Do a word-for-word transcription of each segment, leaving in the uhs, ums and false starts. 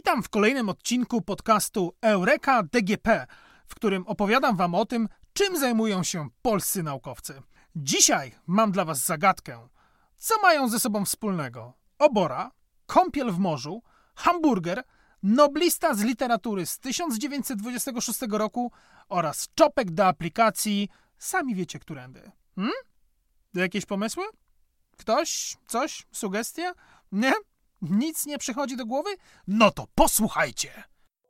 Witam w kolejnym odcinku podcastu Eureka D G P, w którym opowiadam wam o tym, czym zajmują się polscy naukowcy. Dzisiaj mam dla was zagadkę. Co mają ze sobą wspólnego obora, kąpiel w morzu, hamburger, noblista z literatury z tysiąc dziewięćset dwudziestego szóstego roku oraz czopek do aplikacji, sami wiecie którędy. Hmm? Jakieś pomysły? Ktoś? Coś? Sugestia? Nie? Nic nie przychodzi do głowy? No to posłuchajcie!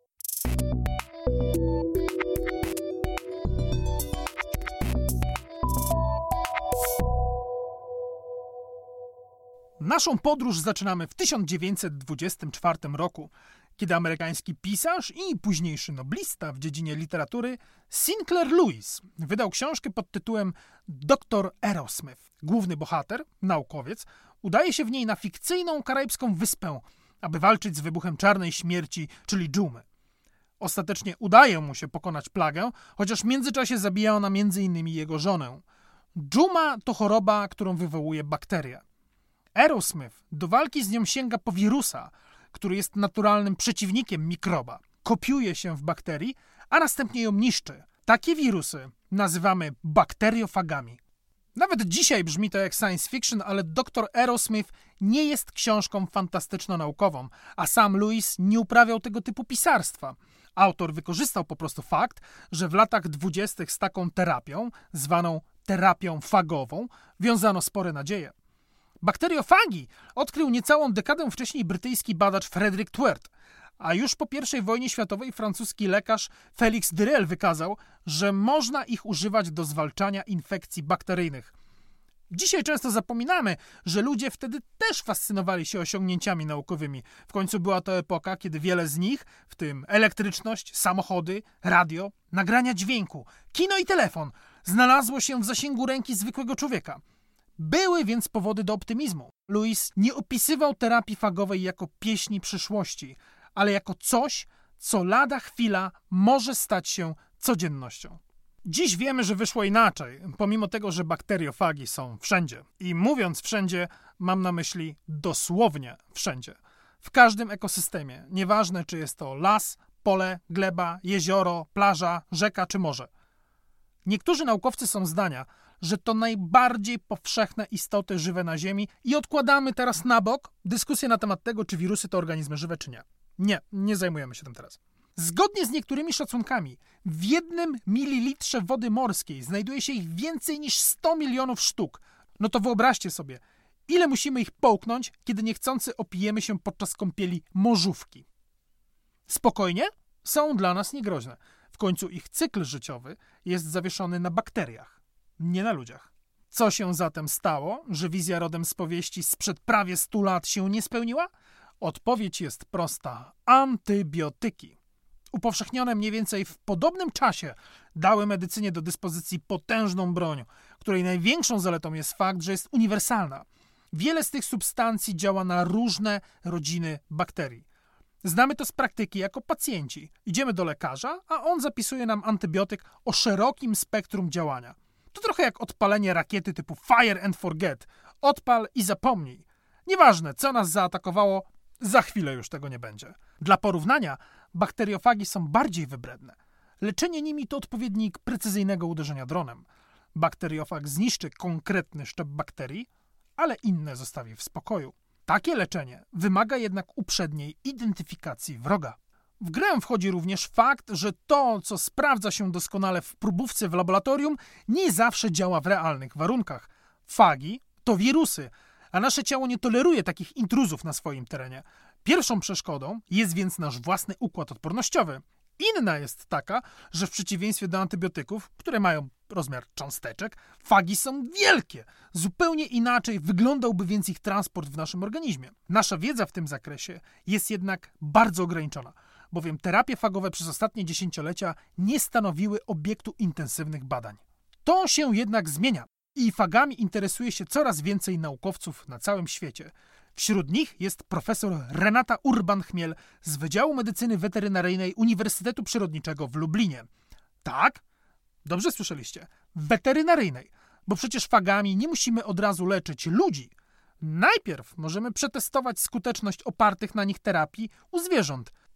Naszą podróż zaczynamy w tysiąc dziewięćset dwudziestym czwartym roku, kiedy amerykański pisarz i późniejszy noblista w dziedzinie literatury Sinclair Lewis wydał książkę pod tytułem doktor Arrowsmith. Główny bohater, naukowiec, udaje się w niej na fikcyjną karaibską wyspę, aby walczyć z wybuchem czarnej śmierci, czyli dżumy. Ostatecznie udaje mu się pokonać plagę, chociaż w międzyczasie zabija ona między innymi jego żonę. Dżuma to choroba, którą wywołuje bakteria. Arrowsmith do walki z nią sięga po wirusa, który jest naturalnym przeciwnikiem mikroba. Kopiuje się w bakterii, a następnie ją niszczy. Takie wirusy nazywamy bakteriofagami. Nawet dzisiaj brzmi to jak science fiction, ale doktor Arrowsmith nie jest książką fantastyczno-naukową, a sam Lewis nie uprawiał tego typu pisarstwa. Autor wykorzystał po prostu fakt, że w latach dwudziestych z taką terapią, zwaną terapią fagową, wiązano spore nadzieje. Bakteriofagi odkrył niecałą dekadę wcześniej brytyjski badacz Frederick Twert, a już po pierwszej wojnie światowej francuski lekarz Félix Dyrel wykazał, że można ich używać do zwalczania infekcji bakteryjnych. Dzisiaj często zapominamy, że ludzie wtedy też fascynowali się osiągnięciami naukowymi. W końcu była to epoka, kiedy wiele z nich, w tym elektryczność, samochody, radio, nagrania dźwięku, kino i telefon, znalazło się w zasięgu ręki zwykłego człowieka. Były więc powody do optymizmu. Lewis nie opisywał terapii fagowej jako pieśni przyszłości, ale jako coś, co lada chwila może stać się codziennością. Dziś wiemy, że wyszło inaczej, pomimo tego, że bakteriofagi są wszędzie. I mówiąc wszędzie, mam na myśli dosłownie wszędzie. W każdym ekosystemie, nieważne czy jest to las, pole, gleba, jezioro, plaża, rzeka czy morze. Niektórzy naukowcy są zdania, że to najbardziej powszechne istoty żywe na Ziemi i odkładamy teraz na bok dyskusję na temat tego, czy wirusy to organizmy żywe, czy nie. Nie, nie zajmujemy się tym teraz. Zgodnie z niektórymi szacunkami, w jednym mililitrze wody morskiej znajduje się ich więcej niż sto milionów sztuk. No to wyobraźcie sobie, ile musimy ich połknąć, kiedy niechcący opijemy się podczas kąpieli morzówki. Spokojnie, są dla nas niegroźne. W końcu ich cykl życiowy jest zawieszony na bakteriach, nie na ludziach. Co się zatem stało, że wizja rodem z powieści sprzed prawie stu lat się nie spełniła? Odpowiedź jest prosta. Antybiotyki. Upowszechnione mniej więcej w podobnym czasie dały medycynie do dyspozycji potężną broń, której największą zaletą jest fakt, że jest uniwersalna. Wiele z tych substancji działa na różne rodziny bakterii. Znamy to z praktyki jako pacjenci. Idziemy do lekarza, a on zapisuje nam antybiotyk o szerokim spektrum działania. To trochę jak odpalenie rakiety typu Fire and Forget. Odpal i zapomnij. Nieważne, co nas zaatakowało, za chwilę już tego nie będzie. Dla porównania, bakteriofagi są bardziej wybredne. Leczenie nimi to odpowiednik precyzyjnego uderzenia dronem. Bakteriofag zniszczy konkretny szczep bakterii, ale inne zostawi w spokoju. Takie leczenie wymaga jednak uprzedniej identyfikacji wroga. W grę wchodzi również fakt, że to, co sprawdza się doskonale w próbówce w laboratorium, nie zawsze działa w realnych warunkach. Fagi to wirusy, a nasze ciało nie toleruje takich intruzów na swoim terenie. Pierwszą przeszkodą jest więc nasz własny układ odpornościowy. Inna jest taka, że w przeciwieństwie do antybiotyków, które mają rozmiar cząsteczek, fagi są wielkie. Zupełnie inaczej wyglądałby więc ich transport w naszym organizmie. Nasza wiedza w tym zakresie jest jednak bardzo ograniczona, bowiem terapie fagowe przez ostatnie dziesięciolecia nie stanowiły obiektu intensywnych badań. To się jednak zmienia i fagami interesuje się coraz więcej naukowców na całym świecie. Wśród nich jest profesor Renata Urban-Chmiel z Wydziału Medycyny Weterynaryjnej Uniwersytetu Przyrodniczego w Lublinie. Tak, dobrze słyszeliście, weterynaryjnej, bo przecież fagami nie musimy od razu leczyć ludzi. Najpierw możemy przetestować skuteczność opartych na nich terapii u zwierząt.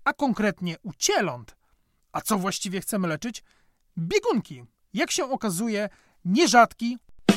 a konkretnie u cieląt. A co właściwie chcemy leczyć? Biegunki. Jak się okazuje, nierzadki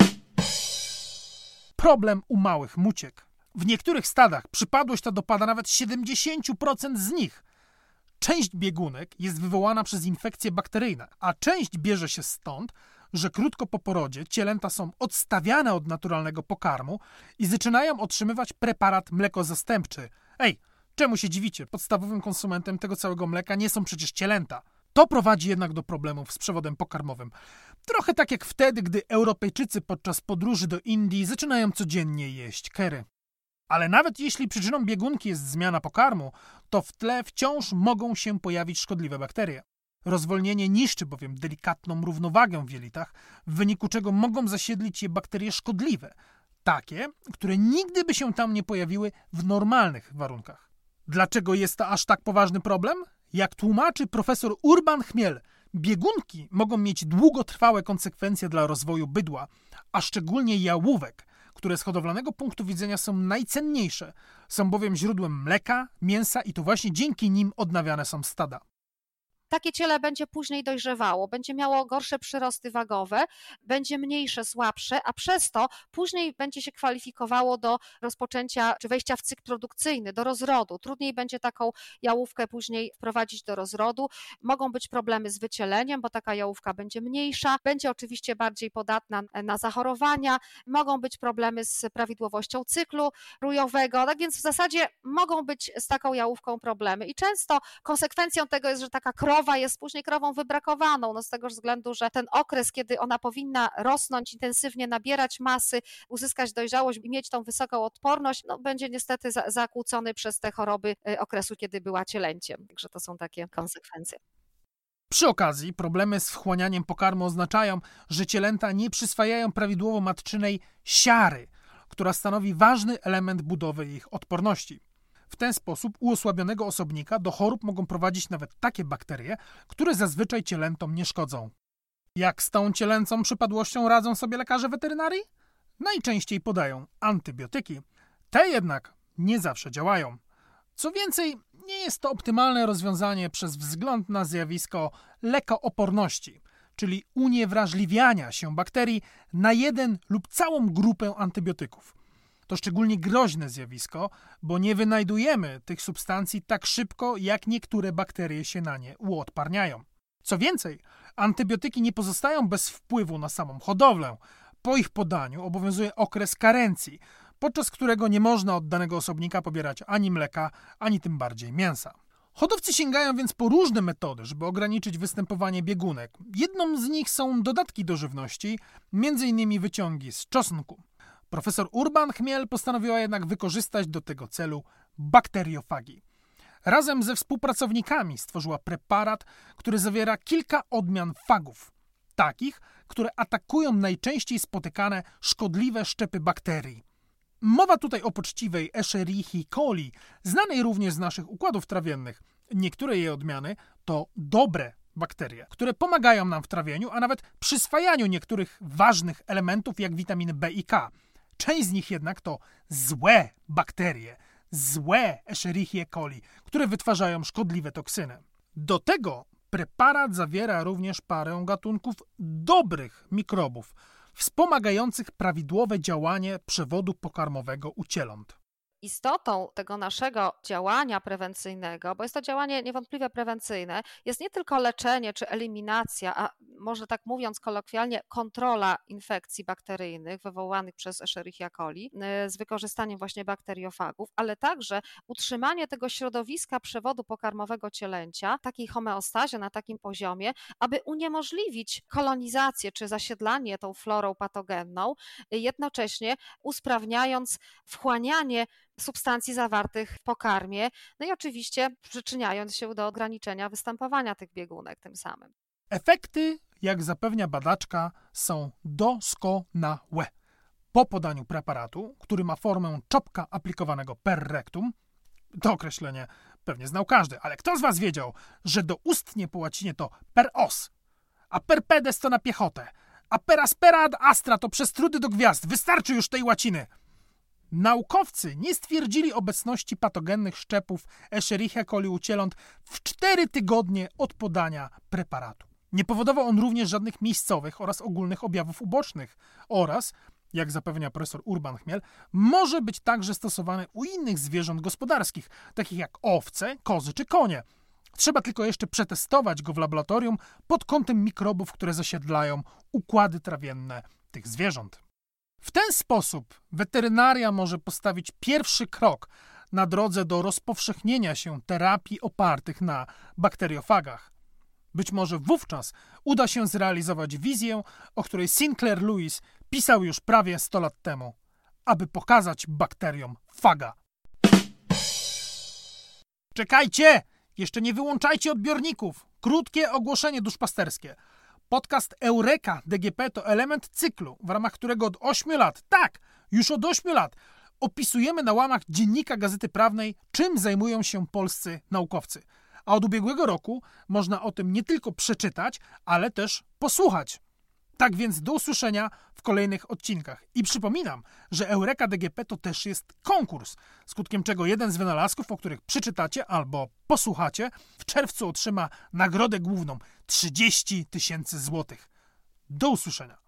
problem u małych muciek. W niektórych stadach przypadłość ta dopada nawet siedemdziesiąt procent z nich. Część biegunek jest wywołana przez infekcje bakteryjne, a część bierze się stąd, że krótko po porodzie cielęta są odstawiane od naturalnego pokarmu i zaczynają otrzymywać preparat mlekozastępczy. Ej, czemu się dziwicie? Podstawowym konsumentem tego całego mleka nie są przecież cielęta. To prowadzi jednak do problemów z przewodem pokarmowym. Trochę tak jak wtedy, gdy Europejczycy podczas podróży do Indii zaczynają codziennie jeść curry. Ale nawet jeśli przyczyną biegunki jest zmiana pokarmu, to w tle wciąż mogą się pojawić szkodliwe bakterie. Rozwolnienie niszczy bowiem delikatną równowagę w jelitach, w wyniku czego mogą zasiedlić je bakterie szkodliwe, takie, które nigdy by się tam nie pojawiły w normalnych warunkach. Dlaczego jest to aż tak poważny problem? Jak tłumaczy profesor Urban Chmiel, biegunki mogą mieć długotrwałe konsekwencje dla rozwoju bydła, a szczególnie jałówek, które z hodowlanego punktu widzenia są najcenniejsze, są bowiem źródłem mleka, mięsa i to właśnie dzięki nim odnawiane są stada. Takie ciele będzie później dojrzewało, będzie miało gorsze przyrosty wagowe, będzie mniejsze, słabsze, a przez to później będzie się kwalifikowało do rozpoczęcia czy wejścia w cykl produkcyjny, do rozrodu. Trudniej będzie taką jałówkę później wprowadzić do rozrodu. Mogą być problemy z wycieleniem, bo taka jałówka będzie mniejsza, będzie oczywiście bardziej podatna na zachorowania, mogą być problemy z prawidłowością cyklu rójowego, tak więc w zasadzie mogą być z taką jałówką problemy i często konsekwencją tego jest, że taka krowa jest później krową wybrakowaną, no z tego względu, że ten okres, kiedy ona powinna rosnąć, intensywnie nabierać masy, uzyskać dojrzałość i mieć tą wysoką odporność, no będzie niestety za, zakłócony przez te choroby okresu, kiedy była cielęciem. Także to są takie konsekwencje. Przy okazji problemy z wchłanianiem pokarmu oznaczają, że cielęta nie przyswajają prawidłowo matczynej siary, która stanowi ważny element budowy ich odporności. W ten sposób u osłabionego osobnika do chorób mogą prowadzić nawet takie bakterie, które zazwyczaj cielętom nie szkodzą. Jak z tą cielęcą przypadłością radzą sobie lekarze weterynarii? Najczęściej podają antybiotyki. Te jednak nie zawsze działają. Co więcej, nie jest to optymalne rozwiązanie przez wzgląd na zjawisko lekooporności, czyli uniewrażliwiania się bakterii na jeden lub całą grupę antybiotyków. To szczególnie groźne zjawisko, bo nie wynajdujemy tych substancji tak szybko, jak niektóre bakterie się na nie uodparniają. Co więcej, antybiotyki nie pozostają bez wpływu na samą hodowlę. Po ich podaniu obowiązuje okres karencji, podczas którego nie można od danego osobnika pobierać ani mleka, ani tym bardziej mięsa. Hodowcy sięgają więc po różne metody, żeby ograniczyć występowanie biegunek. Jedną z nich są dodatki do żywności, między innymi wyciągi z czosnku. Profesor Urban Chmiel postanowiła jednak wykorzystać do tego celu bakteriofagi. Razem ze współpracownikami stworzyła preparat, który zawiera kilka odmian fagów, takich, które atakują najczęściej spotykane szkodliwe szczepy bakterii. Mowa tutaj o poczciwej Escherichii coli, znanej również z naszych układów trawiennych. Niektóre jej odmiany to dobre bakterie, które pomagają nam w trawieniu, a nawet przyswajaniu niektórych ważnych elementów jak witaminy B i K. Część z nich jednak to złe bakterie, złe Escherichie coli, które wytwarzają szkodliwe toksyny. Do tego preparat zawiera również parę gatunków dobrych mikrobów, wspomagających prawidłowe działanie przewodu pokarmowego u cieląt. Istotą tego naszego działania prewencyjnego, bo jest to działanie niewątpliwie prewencyjne, jest nie tylko leczenie czy eliminacja, a może tak mówiąc kolokwialnie, kontrola infekcji bakteryjnych wywołanych przez Escherichia coli z wykorzystaniem właśnie bakteriofagów, ale także utrzymanie tego środowiska przewodu pokarmowego cielęcia w takiej homeostazie, na takim poziomie, aby uniemożliwić kolonizację czy zasiedlanie tą florą patogenną, jednocześnie usprawniając wchłanianie substancji zawartych w pokarmie, no i oczywiście przyczyniając się do ograniczenia występowania tych biegunek tym samym. Efekty, jak zapewnia badaczka, są doskonałe. Po podaniu preparatu, który ma formę czopka aplikowanego per rectum, to określenie pewnie znał każdy, ale kto z was wiedział, że doustnie po łacinie to per os, a per pedes to na piechotę, a per aspera ad astra to przez trudy do gwiazd. Wystarczy już tej łaciny. Naukowcy nie stwierdzili obecności patogennych szczepów Escherichia coli u cieląt w cztery tygodnie od podania preparatu. Nie powodował on również żadnych miejscowych oraz ogólnych objawów ubocznych oraz, jak zapewnia profesor Urban Chmiel, może być także stosowany u innych zwierząt gospodarskich, takich jak owce, kozy czy konie. Trzeba tylko jeszcze przetestować go w laboratorium pod kątem mikrobów, które zasiedlają układy trawienne tych zwierząt. W ten sposób weterynaria może postawić pierwszy krok na drodze do rozpowszechnienia się terapii opartych na bakteriofagach. Być może wówczas uda się zrealizować wizję, o której Sinclair Lewis pisał już prawie sto lat temu, aby pokazać bakteriom faga. Czekajcie! Jeszcze nie wyłączajcie odbiorników! Krótkie ogłoszenie duszpasterskie. Podcast Eureka D G P to element cyklu, w ramach którego od ośmiu lat, tak, już od ośmiu lat, opisujemy na łamach Dziennika Gazety Prawnej, czym zajmują się polscy naukowcy. A od ubiegłego roku można o tym nie tylko przeczytać, ale też posłuchać. Tak więc do usłyszenia w kolejnych odcinkach. I przypominam, że Eureka D G P to też jest konkurs, skutkiem czego jeden z wynalazków, o których przeczytacie albo posłuchacie, w czerwcu otrzyma nagrodę główną trzydzieści tysięcy złotych. Do usłyszenia.